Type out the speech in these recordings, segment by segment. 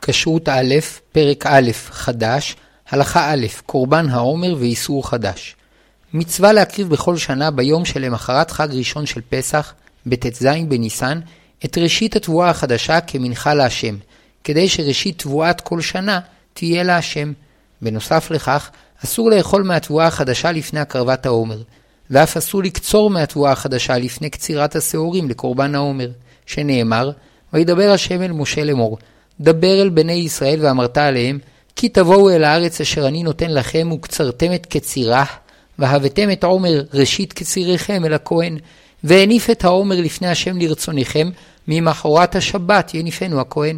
כשרות א', פרק א', חדש, הלכה א', קורבן העומר ואיסור חדש. מצווה להקריב בכל שנה ביום שלמחרת חג ראשון של פסח, בט"ז בניסן, את ראשית התבואה החדשה כמנחה להשם, כדי שראשית תבואת כל שנה תהיה להשם. בנוסף לכך, אסור לאכול מהתבואה החדשה לפני הקרבת העומר, ואף אסור לקצור מהתבואה החדשה לפני קצירת השעורים לקורבן העומר, שנאמר, וידבר השם אל משה לאמור, דבר אל בני ישראל ואמרת עליהם, כי תבואו אל הארץ אשר אני נותן לכם וקצרתם את קצירה, והבאתם את העומר ראשית קציריכם אל הכהן, והניף את העומר לפני השם לרצוניכם, ממחרת השבת יניפנו הכהן.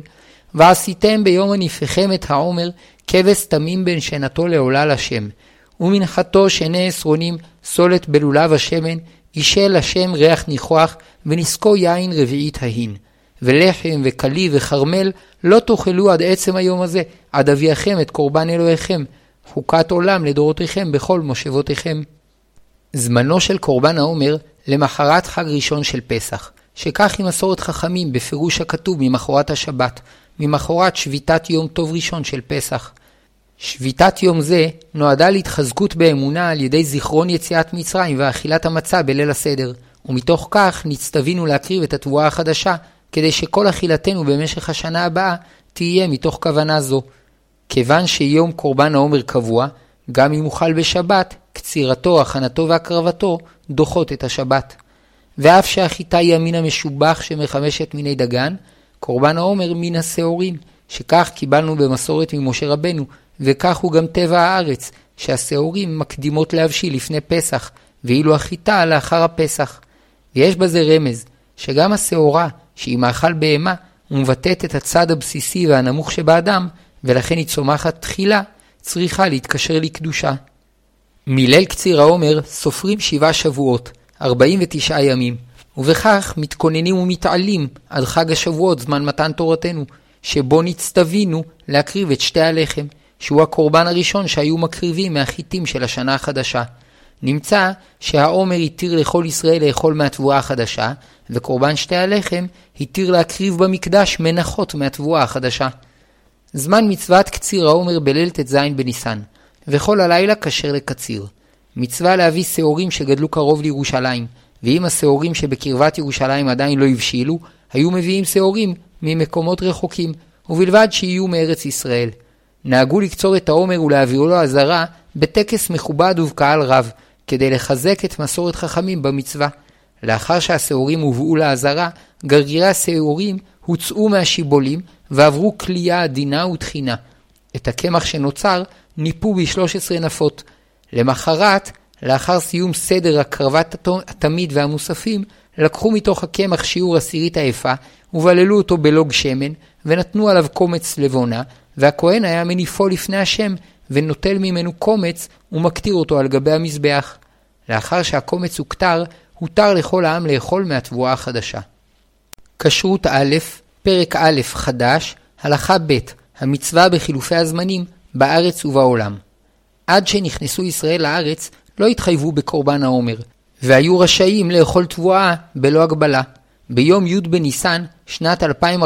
ועשיתם ביום הניפכם את העומר כבש תמים בין שנתו לעולה לשם, ומנחתו שני עשרונים סולת בלולב השמן, אישל השם ריח ניחוח, ונסקו יין רביעית ההין. ולחם וקלי וחרמל לא תאכלו עד עצם היום הזה, עד אביאכם את קורבן אלוהיכם, חוקת עולם לדורותיכם בכל מושבותיכם. זמנו של קורבן העומר למחרת חג ראשון של פסח, שכך היא מסורת חכמים בפירוש הכתוב ממחרת השבת, ממחרת שביתת יום טוב ראשון של פסח. שביתת יום זה נועדה להתחזקות באמונה על ידי זיכרון יציאת מצרים ואכילת המצה בליל הסדר, ומתוך כך נצטווינו להקריב את התבואה החדשה, כדי שכל אכילתנו במשך השנה הבאה תהיה מתוך כוונה זו. כיוון שיום קורבן העומר קבוע, גם אם אוכל בשבת, קצירתו, הכנתו והקרבתו דוחות את השבת. ואף שהחיטה היא המין המשובח שמחמשת מיני דגן, קורבן העומר מן השעורים, שכך קיבלנו במסורת ממשה רבנו, וכך הוא גם טבע הארץ, שהשעורים מקדימות להבשיל לפני פסח, ואילו החיטה לאחר הפסח. ויש בזה רמז, שגם השעורה, שהיא מאכל בהמה, ומבטאת את הצד הבסיסי והנמוך שבאדם, ולכן היא צומחת תחילה, צריכה להתקשר לקדושה. מליל קציר העומר סופרים 7 שבועות, 49 ימים, ובכך מתכוננים ומתעלים עד חג השבועות זמן מתן תורתנו, שבו נצטווינו להקריב את שתי הלחם, שהוא הקורבן הראשון שהיו מקריבים מהחיטים של השנה החדשה. נמצא שהעומר התיר לכל ישראל לאכול מהתבואה החדשה, וקורבן שתי הלחם התיר להקריב במקדש מנחות מהתבואה החדשה. זמן מצוות קציר העומר בליל ט"ז בניסן, וכל הלילה כשר לקציר. מצווה להביא שעורים שגדלו קרוב לירושלים, ואם השעורים שבקרבת ירושלים עדיין לא הבשילו, היו מביאים שעורים ממקומות רחוקים, ובלבד שיהיו מארץ ישראל. נהגו לקצור את העומר ולהעבירו לו עזרה בטקס מכובד ובקהל רב, כדי לחזק את מסורת חכמים במצווה. לאחר שהשעורים הובאו לעזרה, גרגירי השעורים הוצאו מהשיבולים ועברו כלייה עדינה ותחינה. את הקמח שנוצר ניפו ב13 נפות. למחרת, לאחר סיום סדר הקרבת התמיד והמוספים, לקחו מתוך הקמח שיעור 10 האפה, ובללו אותו בלוג שמן, ונתנו עליו קומץ לבונה, והכהן היה מניפו לפני השם, ונוטל ממנו קומץ, ומקטיר אותו על גבי המזבח. לאחר שהקומץ הוקטר, הותר לכל העם לאכול מהתבואה החדשה. כשרות א', פרק א', חדש, הלכה ב', המצווה בחילופי הזמנים, בארץ ובעולם. עד שנכנסו ישראל לארץ, לא התחייבו בקורבן העומר, והיו רשאים לאכול תבואה בלא הגבלה. ביום י' בניסן, שנת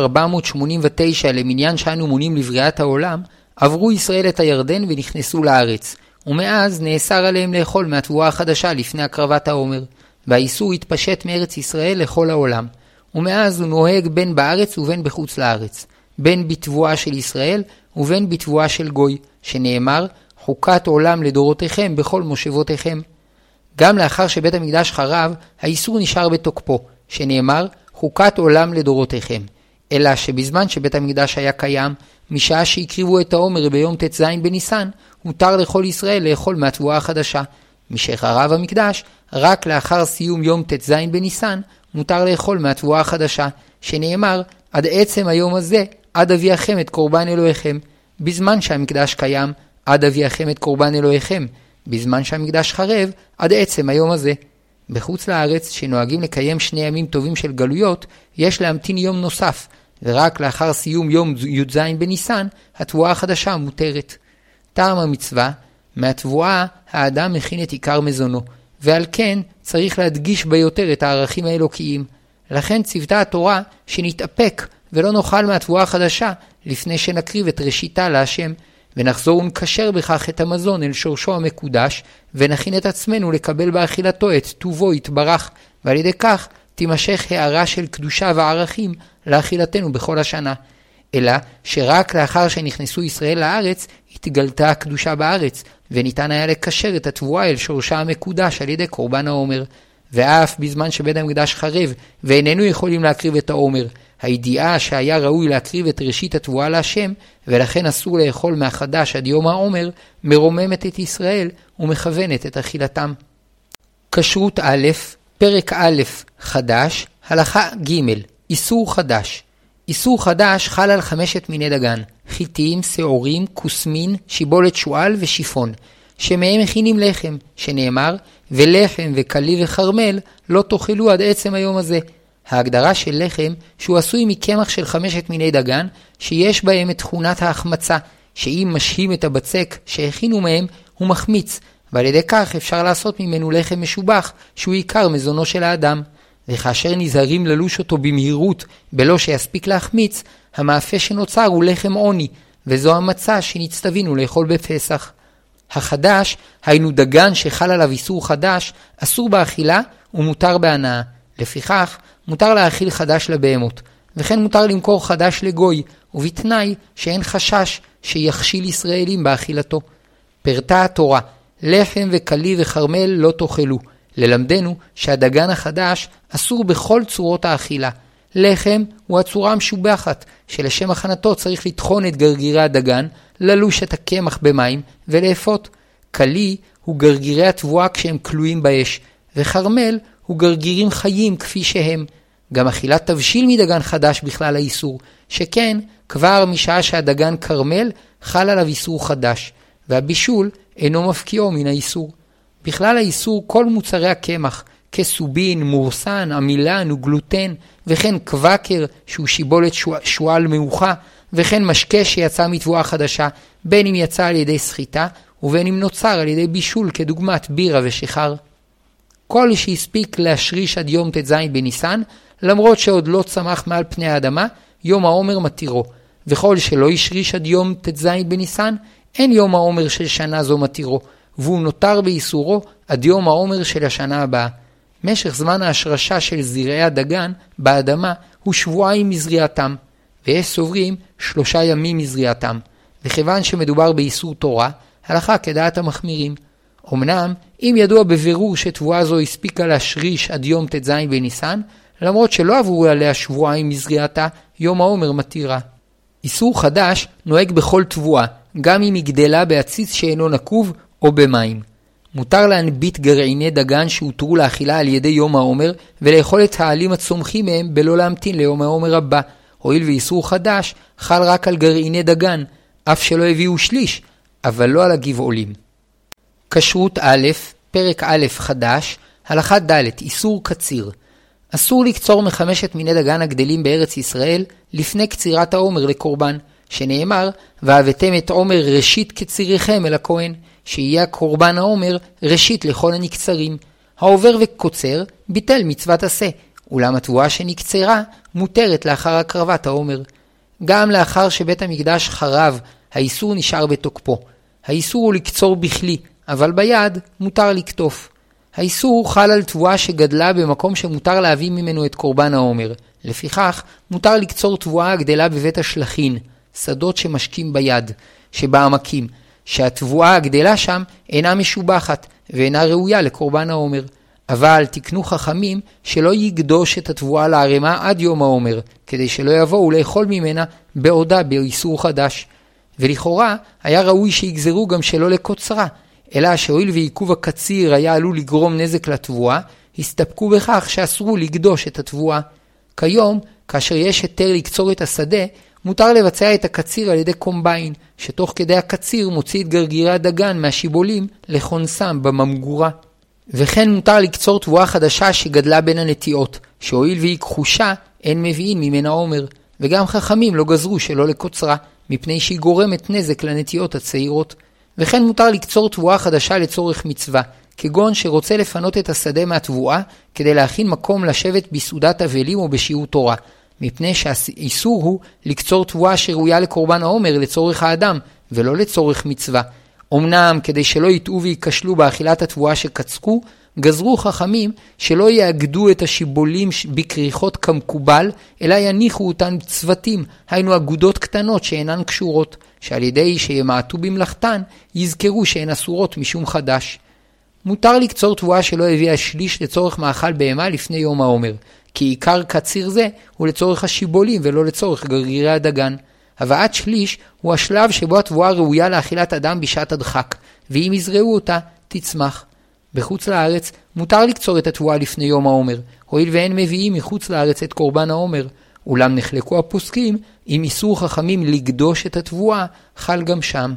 2489 למניין שאנו מונים לבריאת העולם, עברו ישראל את הירדן ונכנסו לארץ, ומאז נאסר עליהם לאכול מהתבואה החדשה לפני הקרבת העומר, והאיסור התפשט מארץ ישראל לכל העולם, ומאז הוא נוהג בין בארץ ובין בחוץ לארץ, בין בתבואה של ישראל ובין בתבואה של גוי, שנאמר, חוקת עולם לדורותיכם בכל מושבותיכם. גם לאחר שבית המקדש חרב, האיסור נשאר בתוקפו, שנאמר, חוקת עולם לדורותיכם. אלא שבזמן שבית המקדש היה קיים, משעה שהקריבו את העומר ביום ט"ז בניסן, הותר לכל ישראל לאכול מהתבואה החדשה. משחרב המקדש, רק לאחר סיום יום ט"ז בניסן, מותר לאכול מהתבואה החדשה, שנאמר, עד עצם היום הזה, עד אביאכם את קורבן אלוהיכם. בזמן שהמקדש קיים, עד אביאכם את קורבן אלוהיכם. בזמן שהמקדש חרב, עד עצם היום הזה. בחוץ לארץ, שנוהגים לקיים 2 ימים טובים של גלויות, יש להמתין יום נוסף, ורק לאחר סיום יום י"ז בניסן, התבואה החדשה מותרת. טעם המצווה, מהתבואה האדם מכין את עיקר מזונו, ועל כן צריך להדגיש ביותר את הערכים האלוקיים. לכן צוותה התורה שנתאפק ולא נאכל מהתבואה החדשה לפני שנקריב את ראשיתה להשם, ונחזור ונקשר בכך את המזון אל שורשו המקודש, ונכין את עצמנו לקבל באכילתו את טובו יתברך, ועל ידי כך תימשך הערה של קדושה וערכים לאכילתנו בכל השנה. אלא שרק לאחר שנכנסו ישראל לארץ, התגלתה הקדושה בארץ, וניתן היה לקשר את התבואה אל שורשה המקודש על ידי קורבן העומר. ואף בזמן שבית המקדש חרב, ואיננו יכולים להקריב את העומר, הידיעה שהיה ראוי להקריב את ראשית התבואה להשם, ולכן אסור לאכול מהחדש עד יום העומר, מרוממת את ישראל ומכוונת את אכילתם. כשרות א', פרק א' חדש, הלכה ג', איסור חדש. איסור חדש חל על 5 מיני דגן, חיטים, שעורים, כוסמין, שיבולת שועל ושיפון, שמהם מכינים לחם, שנאמר, ולחם וקלי וחרמל לא תאכלו עד עצם היום הזה. ההגדרה של לחם שהוא עשוי מקמח של 5 מיני דגן, שיש בהם את תכונת ההחמצה, שאם משהים את הבצק שהכינו מהם, הוא מחמיץ, ועל ידי כך אפשר לעשות ממנו לחם משובח, שהוא עיקר מזונו של האדם. וכאשר נזהרים ללוש אותו במהירות, בלא שיספיק להחמיץ, המאפה שנוצר הוא לחם עוני, וזו המצה שנצטווינו לאכול בפסח. החדש, היינו דגן שחל עליו איסור חדש, אסור באכילה ומותר בהנאה. לפיכך, מותר להאכיל חדש לבהמות, וכן מותר למכור חדש לגוי, ובתנאי שאין חשש שיכשיל ישראלים באכילתו. פרטה התורה, לחם וקלי וחרמל לא תאכלו, ללמדנו שהדגן החדש אסור בכל צורות האכילה. לחם הוא הצורה המשובחת, שלשם הכנתו צריך לטחון את גרגירי הדגן, ללוש את הקמח במים ולאפות. קלי הוא גרגירי התבואה כשהם כלואים באש, וחרמל הוא גרגירים חיים כפי שהם. גם אכילת תבשיל מדגן חדש בכלל האיסור, שכן כבר משעה שהדגן קרמל חל עליו איסור חדש, והבישול אינו מפקיעו מן האיסור. בכלל האיסור כל מוצרי הקמח, כסובין, מורסן, עמילן וגלוטן, וכן קווקר שהוא שיבולת שועל מאוחה, וכן משקה שיצא מתבואה חדשה, בין אם יצא על ידי סחיטה, ובין אם נוצר על ידי בישול כדוגמת בירה ושיכר. כל שהספיק להשריש עד יום ט"ז בניסן, למרות שעוד לא צמח מעל פני האדמה, יום העומר מתירו, וכל שלא ישריש עד יום ט"ז בניסן, אין יום העומר של שנה זו מתירו, והוא נותר באיסורו עד יום העומר של השנה הבאה. משך זמן ההשרשה של זרעי הדגן באדמה הוא 2 שבועות מזריעתם, ויש סוברים 3 ימים מזריעתם, וכיוון שמדובר באיסור תורה, הלכה כדעת המחמירים. אמנם, אם ידוע בבירור שתבואה זו הספיקה להשריש עד יום ט"ז בניסן, למרות שלא עברו עליה 2 שבועות מזריעתה, יום העומר מתירה. איסור חדש נוהג בכל תבואה, גם אם היא גדלה בעציץ שאינו נקוב או במים. מותר להנביט גרעיני דגן שהותרו לאכילה על ידי יום העומר, ולאכול את העלים הצומחים מהם בלא להמתין ליום העומר הבא, הואיל ואיסור חדש חל רק על גרעיני דגן, אף שלא הביאו שליש, אבל לא על הגבעולים. כשרות א', פרק א' חדש, הלכה ד', איסור קציר. אסור לקצור מ5 מיני דגן הגדלים בארץ ישראל לפני קצירת העומר לקורבן, שנאמר, והבאתם את עומר ראשית קציריכם אל הכהן, שיהיה קורבן העומר ראשית לכל הנקצרים. העובר וקוצר ביטל מצוות עשה, אולם התבואה שנקצרה מותרת לאחר הקרבת העומר. גם לאחר שבית המקדש חרב, האיסור נשאר בתוקפו. האיסור הוא לקצור בכלי, אבל ביד מותר לקטוף. האיסור חל על תבואה שגדלה במקום שמותר להביא ממנו את קורבן העומר. לפיכך, מותר לקצור תבואה הגדלה בבית השלחין, שדות שמשקים ביד, שבעמקים, שהתבואה הגדלה שם אינה משובחת ואינה ראויה לקורבן העומר. אבל תקנו חכמים שלא יקדוש את התבואה לערימה עד יום העומר, כדי שלא יבואו לאכול ממנה בעודה באיסור חדש. ולכאורה היה ראוי שיגזרו גם שלא לקוצרה, אלא שהואיל ועיכוב הקציר היה עלול לגרום נזק לתבואה, הסתפקו בכך שאסרו לקדוש את התבואה. כיום, כאשר יש היתר לקצור את השדה, מותר לבצע את הקציר על ידי קומביין, שתוך כדי הקציר מוציא את גרגירי הדגן מהשיבולים לכונסם בממגורה. וכן מותר לקצור תבואה חדשה שגדלה בין הנטיעות, שהואיל והיא כחושה, אין מביאים ממנה עומר, וגם חכמים לא גזרו שלא לקוצרה, מפני שהיא גורמת נזק לנטיעות הצעירות. וכן מותר לקצור תבואה חדשה לצורך מצווה, כגון שרוצה לפנות את השדה מהתבואה, כדי להכין מקום לשבת בסעודת אבלים או בשיעור תורה. מפני שהאיסור הוא לקצור תבואה שראויה לקורבן העומר לצורך האדם, ולא לצורך מצווה. אמנם כדי שלא יטעו ויקשלו באכילת התבואה שקצקו, גזרו חכמים שלא יאגדו את השיבולים בקריחות כמקובל, אלא יניחו אותן צוותים, היינו אגודות קטנות שאינן קשורות, שעל ידי שימעטו במלאכתן, יזכרו שהן אסורות משום חדש. מותר לקצור תבואה שלא הביאה שליש לצורך מאכל בהמה לפני יום העומר, כי עיקר קציר זה הוא לצורך השיבולים ולא לצורך גרגירי הדגן. הבאת שליש הוא השלב שבו התבואה ראויה לאכילת אדם בשעת הדחק, ואם יזרעו אותה, תצמח. בחוץ לארץ מותר לקצור את התבואה לפני יום העומר, הואיל ואין מביאים מחוץ לארץ את קורבן העומר. אולם נחלקו הפוסקים, אם איסור חכמים לקדוש את התבואה, חל גם שם.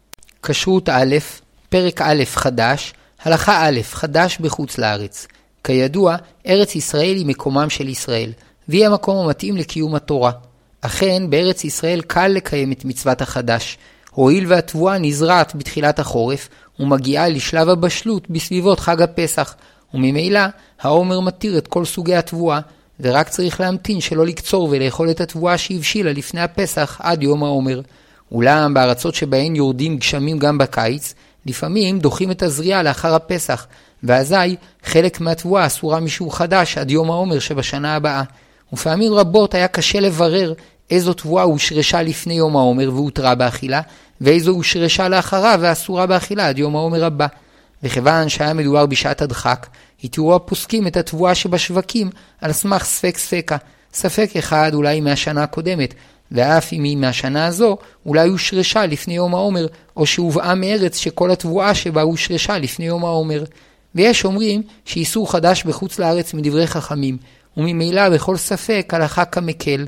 כשרות א', פרק א' חדש, הלכה א', חדש בחוץ לארץ. כידוע, ארץ ישראל היא מקומם של ישראל, והיא המקום המתאים לקיום התורה. אכן, בארץ ישראל קל לקיים את מצוות החדש, הואיל והתבואה נזרעת בתחילת החורף, ומגיעה לשלב הבשלות בסביבות חג הפסח, וממילא העומר מתיר את כל סוגי התבואה, ורק צריך להמתין שלא לקצור ולאכול את התבואה שהבשילה לפני הפסח עד יום העומר. אולם בארצות שבהן יורדים גשמים גם בקיץ, לפעמים דוחים את הזריעה לאחר הפסח, ואזי חלק מהתבואה אסורה משום חדש עד יום העומר שבשנה הבאה. ופעמים רבות היה קשה לברר איזו תבואה הושרשה לפני יום העומר והותרה באכילה, ואיזו הושרשה לאחרה ואסורה באכילה עד יום העומר הבא. וכיוון שהיה מדובר בשעת הדחק, התירו הפוסקים את התבואה שבשווקים על סמך ספק ספקה, ספק אחד אולי מהשנה הקודמת, ואף אם היא מהשנה הזו, אולי הושרשה לפני יום העומר, או שהובאה מארץ שכל התבואה שבה הושרשה לפני יום העומר. ויש אומרים שאיסור חדש בחוץ לארץ מדברי חכמים, וממילא בכל ספק הלכה כמקל.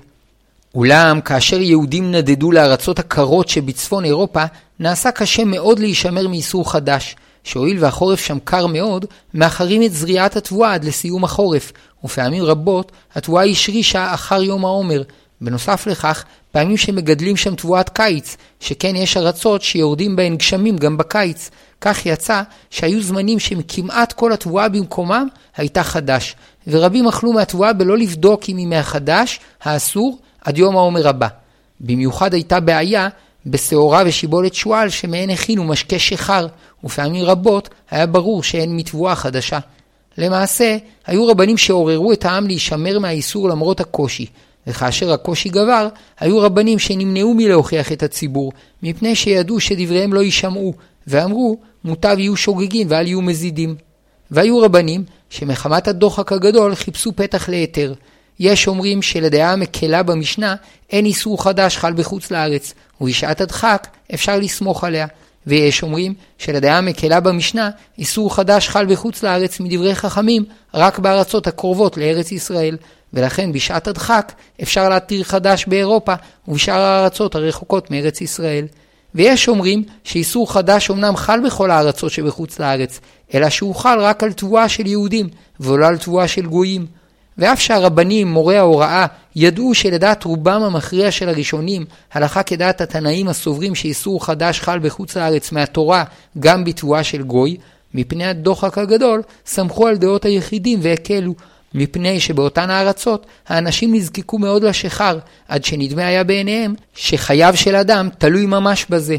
אולם כאשר יהודים נדדו לארצות הקרות שבצפון אירופה, נעשה קשה מאוד להישמר מאיסור חדש, שהואיל והחורף שם קר מאוד, מאחרים את זריעת התבואה עד לסיום החורף, ופעמים רבות התבואה השרישה אחר יום העומר. בנוסף לכך, פעמים שמגדלים שם תבואת קיץ, שכן יש ארצות שיורדים בהן גשמים גם בקיץ. כך יצא שהיו זמנים שכמעט כל התבואה במקומם הייתה חדש, ורבים אכלו מהתבואה בלא לבדוק אם היא מהחדש, האסור, עד יום העומר הבא. במיוחד הייתה בעיה בשעורה ושיבולת שואל שמהן הכינו משקה שחר, ופעמים רבות היה ברור שהן מתבואה חדשה. למעשה, היו רבנים שעוררו את העם להישמר מהאיסור למרות הקושי, וכאשר הקושי גבר, היו רבנים שנמנעו מלהוכיח את הציבור, מפני שידעו שדבריהם לא יישמעו, ואמרו, מוטב יהיו שוגגים ואל יהיו מזידים. והיו רבנים שמחמת הדוחק הגדול חיפשו פתח ליתר. יש אומרים שלדעה המקלה במשנה אין איסור חדש חל בחוץ לארץ, ובשעת הדחק אפשר לסמוך עליה. ויש אומרים שלדעה המקלה במשנה איסור חדש חל בחוץ לארץ מדברי חכמים רק בארצות הקרובות לארץ ישראל, ולכן בשעת הדחק אפשר להתיר חדש באירופה ובשאר הארצות הרחוקות מארץ ישראל. ויש אומרים שאיסור חדש אמנם חל בכל הארצות שבחוץ לארץ, אלא שהוא חל רק על תבואה של יהודים ולא על תבואה של גויים. ואף שהרבנים, מורי ההוראה, ידעו שלדעת רובם המכריע של הראשונים, הלכה כדעת התנאים הסוברים שאיסור חדש חל בחוץ לארץ מהתורה גם בתבואה של גוי, מפני הדוחק הגדול סמכו על דעות היחידים והקלו, מפני שבאותן הארצות האנשים נזקקו מאוד לשחר, עד שנדמה היה בעיניהם שחייו של אדם תלוי ממש בזה.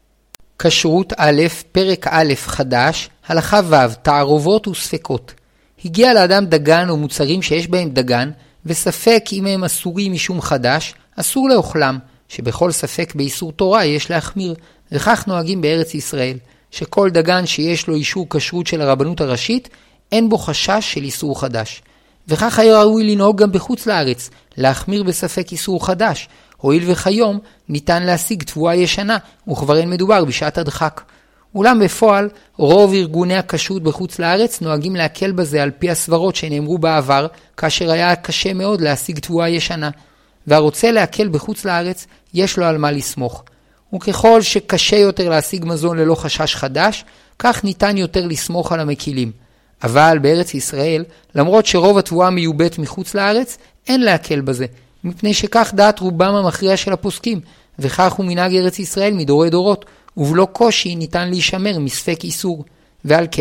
כשרות א', פרק א' חדש, הלכה ו', תערובות וספקות. הגיע לאדם דגן או מוצרים שיש בהם דגן, וספק אם הם אסורים משום חדש, אסור לאוכלם, שבכל ספק באיסור תורה יש להחמיר, וכך נוהגים בארץ ישראל, שכל דגן שיש לו אישור כשרות של הרבנות הראשית, אין בו חשש של איסור חדש. וכך היה ראוי לנהוג גם בחוץ לארץ, להחמיר בספק איסור חדש, הואיל וכיום ניתן להשיג תבואה ישנה, וכבר אין מדובר בשעת הדחק. אולם בפועל, רוב ארגוני הכשרות בחוץ לארץ נוהגים להקל בזה על פי הסברות שנאמרו בעבר, כאשר היה קשה מאוד להשיג תבואה ישנה. והרוצה להקל בחוץ לארץ, יש לו על מה לסמוך. וככל שקשה יותר להשיג מזון ללא חשש חדש, כך ניתן יותר לסמוך על המקילים. אבל בארץ ישראל, למרות שרוב התבואה מיובאת מחוץ לארץ, אין להקל בזה, מפני שכך דעת רובם המכריע של הפוסקים, וכך הוא מנהג ארץ ישראל מדורי דורות, ובלא קושי ניתן להישמר מספק איסור. ועל כן,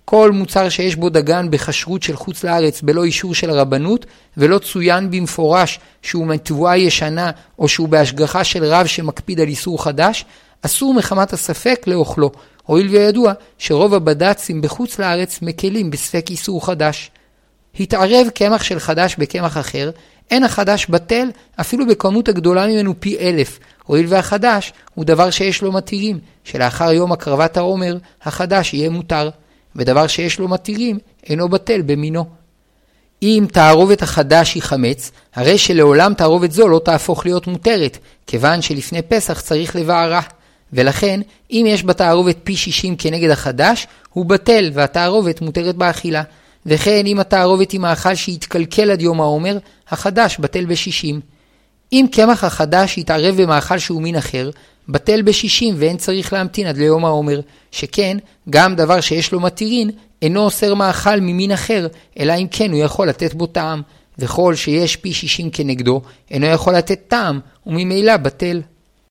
כל מוצר שיש בו דגן בכשרות של חוץ לארץ בלא אישור של הרבנות, ולא צוין במפורש שהוא מתבואה ישנה או שהוא בהשגחה של רב שמקפיד על איסור חדש, אסור מחמת הספק לאוכלו, הואיל וידוע שרוב הבד"צים בחוץ לארץ מקלים בספק איסור חדש. התערב קמח של חדש בקמח אחר, אין החדש בטל אפילו בכמות הגדולה ממנו פי 1000, הואיל והחדש הוא דבר שיש לו מתירים, שלאחר יום הקרבת העומר החדש יהיה מותר, ודבר שיש לו מתירים אינו בטל במינו. אם תערובת החדש היא חמץ, הרי שלעולם תערובת זו לא תהפוך להיות מותרת, כיוון שלפני פסח צריך לבערה. ולכן, אם יש בתערובת פי 60 כנגד החדש, הוא בטל והתערובת מותרת באכילה. וכן, אם התערובת היא מאכל שהתקלקל עד יום העומר, החדש בטל ב-60. אם קמח החדש יתערב במאכל שהוא מין אחר, בטל ב-60 ואין צריך להמתין עד ליום העומר. שכן, גם דבר שיש לו מתירין, אינו אוסר מאכל ממין אחר, אלא אם כן הוא יכול לתת בו טעם. וכל שיש פי 60 כנגדו, אינו יכול לתת טעם, וממילא בטל.